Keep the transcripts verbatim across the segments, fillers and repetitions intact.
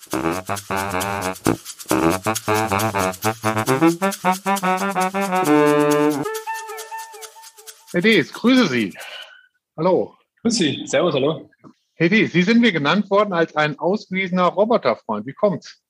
Herr Dees, grüße Sie. Hallo. Grüß Sie. Servus, hallo. Herr Dees, Sie sind mir genannt worden als ein ausgewiesener Roboterfreund. Wie kommt's?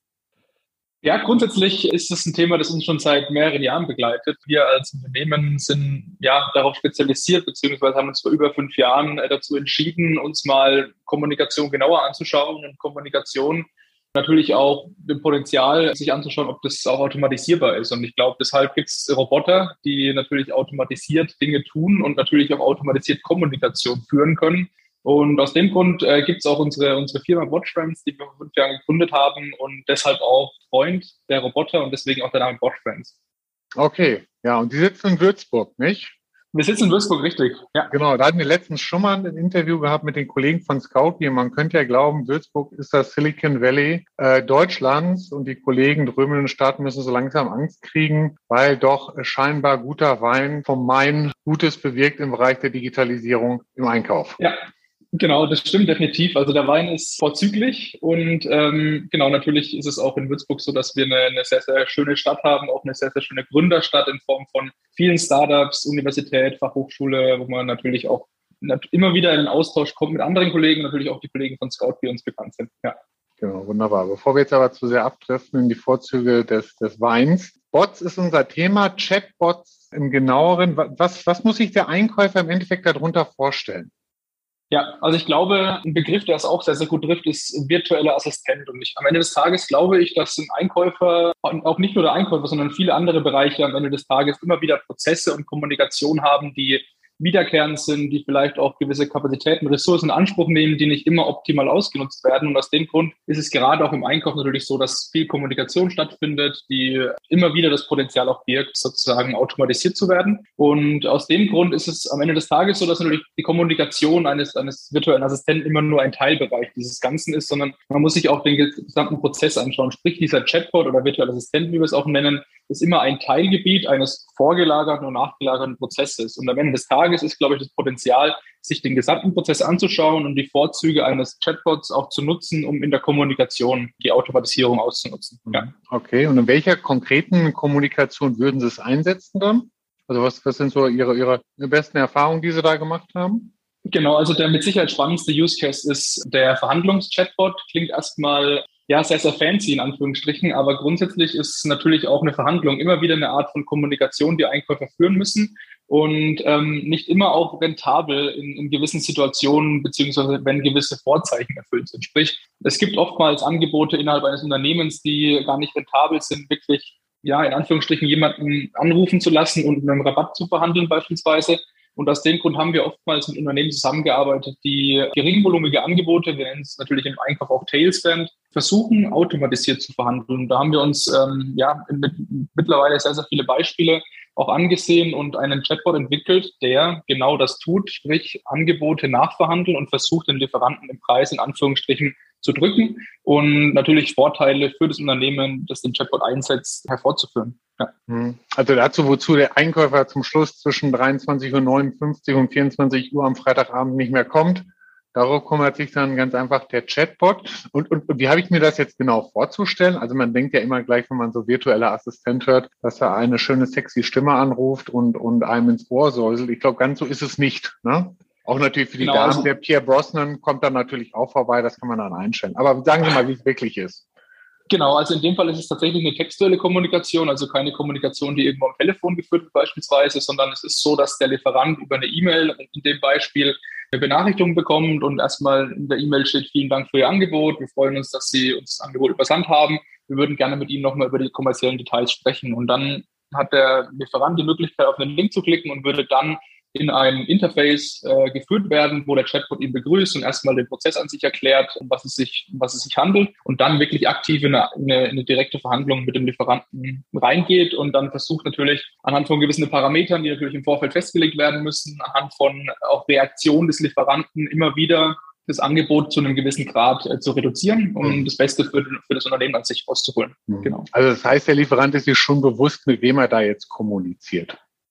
Ja, grundsätzlich ist es ein Thema, das uns schon seit mehreren Jahren begleitet. Wir als Unternehmen sind ja darauf spezialisiert, beziehungsweise haben uns vor über fünf Jahren dazu entschieden, uns mal Kommunikation genauer anzuschauen und Kommunikation natürlich auch dem Potenzial, sich anzuschauen, ob das auch automatisierbar ist. Und ich glaube, deshalb gibt es Roboter, die natürlich automatisiert Dinge tun und natürlich auch automatisiert Kommunikation führen können. Und aus dem Grund äh, gibt es auch unsere, unsere Firma WatchFriends, die wir vor fünf Jahren gegründet haben und deshalb auch Freund der Roboter und deswegen auch der Name WatchFriends. Okay, ja, und Sie sitzen in Würzburg, nicht? Wir sitzen in Würzburg, richtig. Ja. Genau, da hatten wir letztens schon mal ein Interview gehabt mit den Kollegen von Scoutly. Man könnte ja glauben, Würzburg ist das Silicon Valley äh, Deutschlands und die Kollegen drüben in den Staaten müssen so langsam Angst kriegen, weil doch scheinbar guter Wein vom Main Gutes bewirkt im Bereich der Digitalisierung im Einkauf. Ja. Genau, das stimmt definitiv. Also der Wein ist vorzüglich und ähm, genau, natürlich ist es auch in Würzburg so, dass wir eine, eine sehr, sehr schöne Stadt haben, auch eine sehr, sehr schöne Gründerstadt in Form von vielen Startups, Universität, Fachhochschule, wo man natürlich auch immer wieder in den Austausch kommt mit anderen Kollegen, natürlich auch die Kollegen von Scout, die uns bekannt sind. Ja. Genau, wunderbar. Bevor wir jetzt aber zu sehr abdriften in die Vorzüge des, des Weins. Bots ist unser Thema, Chatbots im Genaueren. Was, was muss sich der Einkäufer im Endeffekt darunter vorstellen? Ja, also ich glaube, ein Begriff, der es auch sehr, sehr gut trifft, ist virtueller Assistent. Und ich, am Ende des Tages glaube ich, dass ein Einkäufer, auch nicht nur der Einkäufer, sondern viele andere Bereiche am Ende des Tages immer wieder Prozesse und Kommunikation haben, die wiederkehrend sind, die vielleicht auch gewisse Kapazitäten, Ressourcen in Anspruch nehmen, die nicht immer optimal ausgenutzt werden. Und aus dem Grund ist es gerade auch im Einkauf natürlich so, dass viel Kommunikation stattfindet, die immer wieder das Potenzial auch birgt, sozusagen automatisiert zu werden. Und aus dem Grund ist es am Ende des Tages so, dass natürlich die Kommunikation eines, eines virtuellen Assistenten immer nur ein Teilbereich dieses Ganzen ist, sondern man muss sich auch den gesamten Prozess anschauen. Sprich, dieser Chatbot oder virtuelle Assistent, wie wir es auch nennen, ist immer ein Teilgebiet eines vorgelagerten und nachgelagerten Prozesses. Und am Ende des Tages ist, glaube ich, das Potenzial, sich den gesamten Prozess anzuschauen und die Vorzüge eines Chatbots auch zu nutzen, um in der Kommunikation die Automatisierung auszunutzen. Ja. Okay, und in welcher konkreten Kommunikation würden Sie es einsetzen dann? Also was, was sind so Ihre, Ihre besten Erfahrungen, die Sie da gemacht haben? Genau, also der mit Sicherheit spannendste Use Case ist der Verhandlungs-Chatbot. Klingt erstmal ja sehr, sehr fancy in Anführungsstrichen, aber grundsätzlich ist natürlich auch eine Verhandlung immer wieder eine Art von Kommunikation, die Einkäufer führen müssen und ähm, nicht immer auch rentabel in, in gewissen Situationen, beziehungsweise wenn gewisse Vorzeichen erfüllt sind. Sprich, es gibt oftmals Angebote innerhalb eines Unternehmens, die gar nicht rentabel sind, wirklich ja in Anführungsstrichen jemanden anrufen zu lassen und einen Rabatt zu verhandeln beispielsweise. Und aus dem Grund haben wir oftmals mit Unternehmen zusammengearbeitet, die geringvolumige Angebote, wir nennen es natürlich im Einkauf auch Tailspend, versuchen automatisiert zu verhandeln. Da haben wir uns ähm, ja mit, mittlerweile sehr, sehr viele Beispiele auch angesehen und einen Chatbot entwickelt, der genau das tut, sprich Angebote nachverhandeln und versucht, den Lieferanten den Preis in Anführungsstrichen zu drücken und natürlich Vorteile für das Unternehmen, das den Chatbot einsetzt, hervorzuführen. Ja. Also dazu, wozu der Einkäufer zum Schluss zwischen dreiundzwanzig Uhr neunundfünfzig und vierundzwanzig Uhr am Freitagabend nicht mehr kommt. Darauf kümmert sich dann ganz einfach der Chatbot. Und, und, und wie habe ich mir das jetzt genau vorzustellen? Also man denkt ja immer gleich, wenn man so virtueller Assistent hört, dass er eine schöne, sexy Stimme anruft und, und einem ins Ohr säuselt. Ich glaube, ganz so ist es nicht, ne? Auch natürlich für die genau, Damen, also, der Pierre Brosnan kommt dann natürlich auch vorbei, das kann man dann einstellen. Aber sagen Sie mal, wie es wirklich ist. Genau, also in dem Fall ist es tatsächlich eine textuelle Kommunikation, also keine Kommunikation, die irgendwo am Telefon geführt wird beispielsweise, sondern es ist so, dass der Lieferant über eine E-Mail, in dem Beispiel, eine Benachrichtigung bekommt und erstmal in der E-Mail steht, vielen Dank für Ihr Angebot, wir freuen uns, dass Sie uns das Angebot übersandt haben, wir würden gerne mit Ihnen nochmal über die kommerziellen Details sprechen und dann hat der Lieferant die Möglichkeit, auf einen Link zu klicken und würde dann in ein Interface äh, geführt werden, wo der Chatbot ihn begrüßt und erstmal den Prozess an sich erklärt, um was es sich, um was es sich handelt und dann wirklich aktiv in eine, eine, eine direkte Verhandlung mit dem Lieferanten reingeht und dann versucht natürlich anhand von gewissen Parametern, die natürlich im Vorfeld festgelegt werden müssen, anhand von auch Reaktion des Lieferanten immer wieder das Angebot zu einem gewissen Grad äh, zu reduzieren, um mhm. das Beste für, für das Unternehmen an sich rauszuholen. Mhm. Genau. Also das heißt, der Lieferant ist sich schon bewusst, mit wem er da jetzt kommuniziert.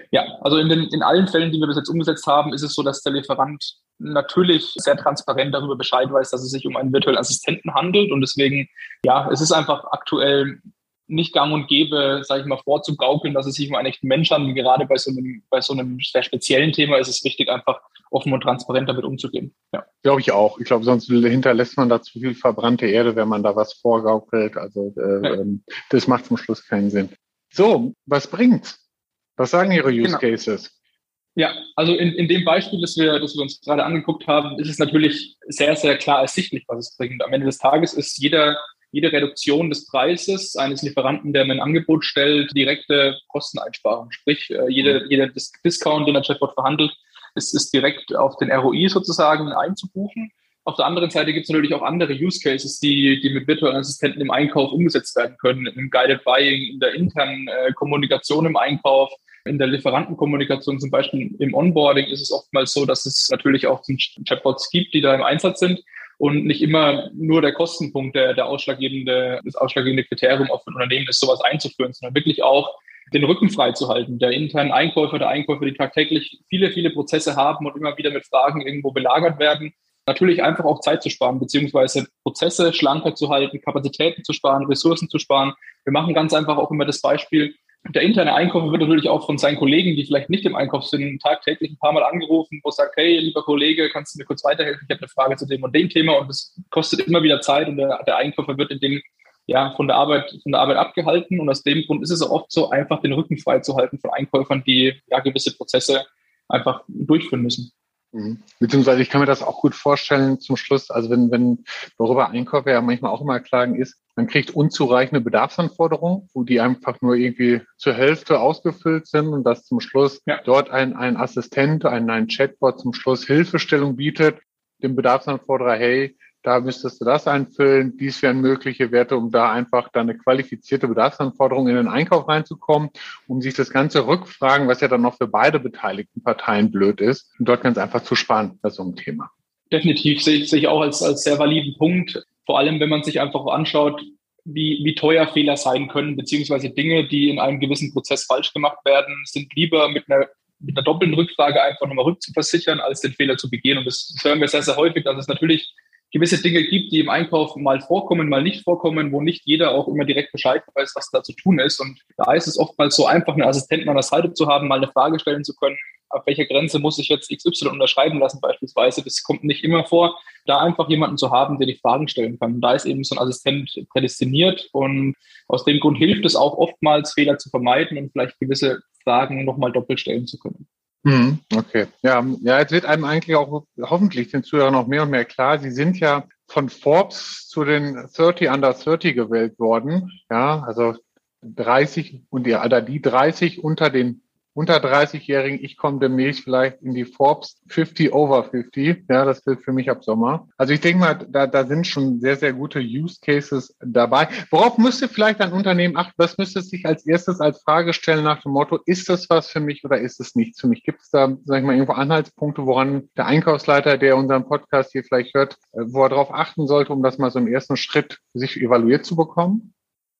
Ja, also in, den, in allen Fällen, die wir bis jetzt umgesetzt haben, ist es so, dass der Lieferant natürlich sehr transparent darüber Bescheid weiß, dass es sich um einen virtuellen Assistenten handelt. Und deswegen, ja, es ist einfach aktuell nicht gang und gäbe, sage ich mal, vorzugaukeln, dass es sich um einen echten Mensch handelt. Gerade bei so einem, bei so einem sehr speziellen Thema ist es wichtig, einfach offen und transparent damit umzugehen. Ja. Glaube ich auch. Ich glaube, sonst hinterlässt man da zu viel verbrannte Erde, wenn man da was vorgaukelt. Also äh, ja. Das macht zum Schluss keinen Sinn. So, was bringt's? Was sagen Ihre Use Cases? Genau. Ja, also in, in dem Beispiel, das wir, das wir uns gerade angeguckt haben, ist es natürlich sehr, sehr klar ersichtlich, was es bringt. Am Ende des Tages ist jeder, jede Reduktion des Preises eines Lieferanten, der mir ein Angebot stellt, direkte Kosteneinsparung. Sprich, jede, jeder Discount, den der Chatbot verhandelt, ist, ist direkt auf den R O I sozusagen einzubuchen. Auf der anderen Seite gibt es natürlich auch andere Use Cases, die, die mit virtuellen Assistenten im Einkauf umgesetzt werden können, im Guided Buying, in der internen äh, Kommunikation im Einkauf, in der Lieferantenkommunikation, zum Beispiel im Onboarding ist es oftmals so, dass es natürlich auch Chatbots gibt, die da im Einsatz sind und nicht immer nur der Kostenpunkt der, der ausschlaggebende, das ausschlaggebende Kriterium auf ein Unternehmen ist, sowas einzuführen, sondern wirklich auch den Rücken frei zu halten, der internen Einkäufer, der Einkäufer, die tagtäglich viele, viele Prozesse haben und immer wieder mit Fragen irgendwo belagert werden. Natürlich einfach auch Zeit zu sparen, beziehungsweise Prozesse schlanker zu halten, Kapazitäten zu sparen, Ressourcen zu sparen. Wir machen ganz einfach auch immer das Beispiel, der interne Einkäufer wird natürlich auch von seinen Kollegen, die vielleicht nicht im Einkauf sind, tagtäglich ein paar Mal angerufen, wo es sagt, hey, lieber Kollege, kannst du mir kurz weiterhelfen? Ich habe eine Frage zu dem und dem Thema und das kostet immer wieder Zeit und der, der Einkäufer wird in dem, ja, von der Arbeit, von der Arbeit abgehalten und aus dem Grund ist es auch oft so, einfach den Rücken frei zu halten von Einkäufern, die ja gewisse Prozesse einfach durchführen müssen. Mhm. Beziehungsweise ich kann mir das auch gut vorstellen zum Schluss, also wenn, wenn worüber Einkäufer ja manchmal auch immer klagen ist, man kriegt unzureichende Bedarfsanforderungen, wo die einfach nur irgendwie zur Hälfte ausgefüllt sind und dass zum Schluss ja. dort ein, ein Assistent, ein, ein Chatbot zum Schluss Hilfestellung bietet, dem Bedarfsanforderer, hey, da müsstest du das einfüllen, dies wären mögliche Werte, um da einfach dann eine qualifizierte Bedarfsanforderung in den Einkauf reinzukommen, um sich das ganze Rückfragen, was ja dann noch für beide beteiligten Parteien blöd ist, und dort ganz einfach zu sparen bei so einem Thema. Definitiv sehe ich, sehe ich auch als, als sehr validen Punkt, vor allem wenn man sich einfach anschaut, wie, wie teuer Fehler sein können, beziehungsweise Dinge, die in einem gewissen Prozess falsch gemacht werden, sind lieber mit einer mit einer doppelten Rückfrage einfach nochmal rückzuversichern, als den Fehler zu begehen. Und das hören wir sehr, sehr häufig, dass es natürlich gewisse Dinge gibt, die im Einkauf mal vorkommen, mal nicht vorkommen, wo nicht jeder auch immer direkt Bescheid weiß, was da zu tun ist. Und da ist es oftmals so einfach, einen Assistenten an der Seite zu haben, mal eine Frage stellen zu können, auf welcher Grenze muss ich jetzt X Y unterschreiben lassen beispielsweise. Das kommt nicht immer vor. Da einfach jemanden zu haben, der die Fragen stellen kann. Und da ist eben so ein Assistent prädestiniert und aus dem Grund hilft es auch oftmals, Fehler zu vermeiden und vielleicht gewisse Fragen nochmal doppelt stellen zu können. Okay, ja, ja, jetzt wird einem eigentlich auch hoffentlich den Zuhörern noch mehr und mehr klar. Sie sind ja von Forbes zu den dreißig Under dreißig gewählt worden. Ja, also dreißig und die, oder die dreißig unter den unter dreißig-Jährigen. Ich komme demnächst vielleicht in die Forbes fünfzig over fünfzig. Ja, das gilt für mich ab Sommer. Also ich denke mal, da, da sind schon sehr, sehr gute Use Cases dabei. Worauf müsste vielleicht ein Unternehmen achten? Was müsste es sich als erstes als Frage stellen nach dem Motto, ist das was für mich oder ist es nichts für mich? Gibt es da, sag ich mal, irgendwo Anhaltspunkte, woran der Einkaufsleiter, der unseren Podcast hier vielleicht hört, wo er darauf achten sollte, um das mal so im ersten Schritt sich evaluiert zu bekommen?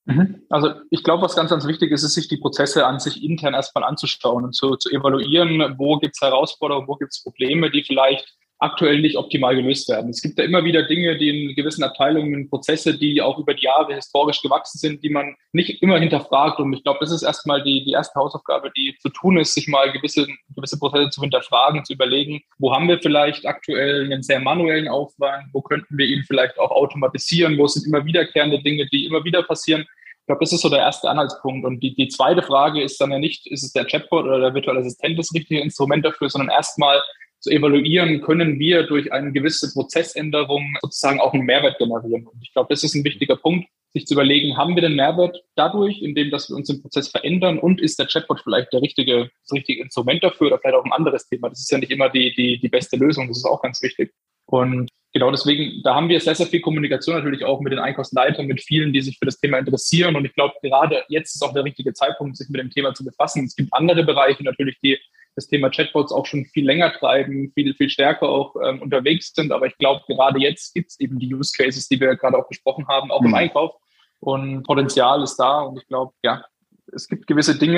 Also ich glaube, was ganz, ganz wichtig ist, ist, sich die Prozesse an sich intern erstmal anzuschauen und zu, zu evaluieren, wo gibt es Herausforderungen, wo gibt es Probleme, die vielleicht aktuell nicht optimal gelöst werden. Es gibt ja immer wieder Dinge, die in gewissen Abteilungen, Prozesse, die auch über die Jahre historisch gewachsen sind, die man nicht immer hinterfragt. Und ich glaube, das ist erstmal die, die erste Hausaufgabe, die zu tun ist, sich mal gewisse, gewisse Prozesse zu hinterfragen, zu überlegen, wo haben wir vielleicht aktuell einen sehr manuellen Aufwand, wo könnten wir ihn vielleicht auch automatisieren, wo sind immer wiederkehrende Dinge, die immer wieder passieren. Ich glaube, das ist so der erste Anhaltspunkt. Und die, die zweite Frage ist dann ja nicht, ist es der Chatbot oder der virtuelle Assistent das richtige Instrument dafür, sondern erstmal zu evaluieren, können wir durch eine gewisse Prozessänderung sozusagen auch einen Mehrwert generieren. Und ich glaube, das ist ein wichtiger Punkt, sich zu überlegen, haben wir den Mehrwert dadurch, indem dass wir uns im Prozess verändern und ist der Chatbot vielleicht der richtige, das richtige Instrument dafür oder vielleicht auch ein anderes Thema. Das ist ja nicht immer die, die, die beste Lösung, das ist auch ganz wichtig. Und genau deswegen, da haben wir sehr, sehr viel Kommunikation natürlich auch mit den Einkaufsleitern, mit vielen, die sich für das Thema interessieren. Und ich glaube, gerade jetzt ist auch der richtige Zeitpunkt, sich mit dem Thema zu befassen. Es gibt andere Bereiche natürlich, die das Thema Chatbots auch schon viel länger treiben, viel, viel stärker auch ähm, unterwegs sind. Aber ich glaube, gerade jetzt gibt es eben die Use Cases, die wir gerade auch besprochen haben, auch mhm. im Einkauf. Und Potenzial ist da. Und ich glaube, ja, es gibt gewisse Dinge,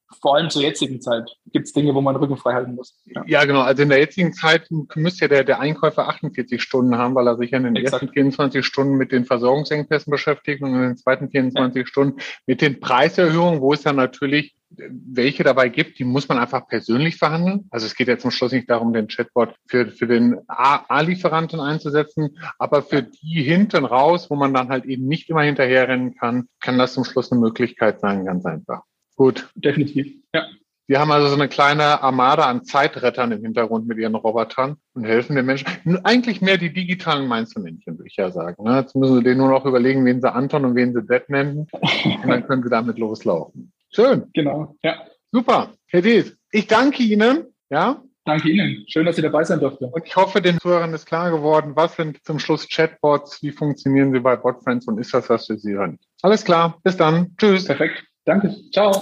vor allem zur jetzigen Zeit gibt es Dinge, wo man Rücken frei halten muss. Ja. ja, genau. Also in der jetzigen Zeit müsste ja der, der Einkäufer achtundvierzig Stunden haben, weil er sich ja in den Exakt. ersten vierundzwanzig Stunden mit den Versorgungsengpässen beschäftigt und in den zweiten vierundzwanzig ja. Stunden mit den Preiserhöhungen, wo es dann natürlich welche dabei gibt, die muss man einfach persönlich verhandeln. Also es geht ja zum Schluss nicht darum, den Chatbot für, für den A-Lieferanten einzusetzen, aber für die hinten raus, wo man dann halt eben nicht immer hinterherrennen kann, kann das zum Schluss eine Möglichkeit sein, ganz einfach. Gut. Definitiv, ja. Die haben also so eine kleine Armada an Zeitrettern im Hintergrund mit ihren Robotern und helfen den Menschen. Eigentlich mehr die digitalen Mainzelmännchen, würde ich ja sagen. Jetzt müssen sie denen nur noch überlegen, wen sie Anton und wen sie Dead nennen. Und dann können sie damit loslaufen. Schön. Genau, ja. Super. Herr Dies, ich danke Ihnen. Ja. Danke Ihnen. Schön, dass Sie dabei sein durften. Und ich hoffe, den Zuhörern ist klar geworden, was sind zum Schluss Chatbots, wie funktionieren sie bei BotFriends und ist das was für Sie oder nicht? Alles klar. Bis dann. Tschüss. Perfekt. Danke. Ciao.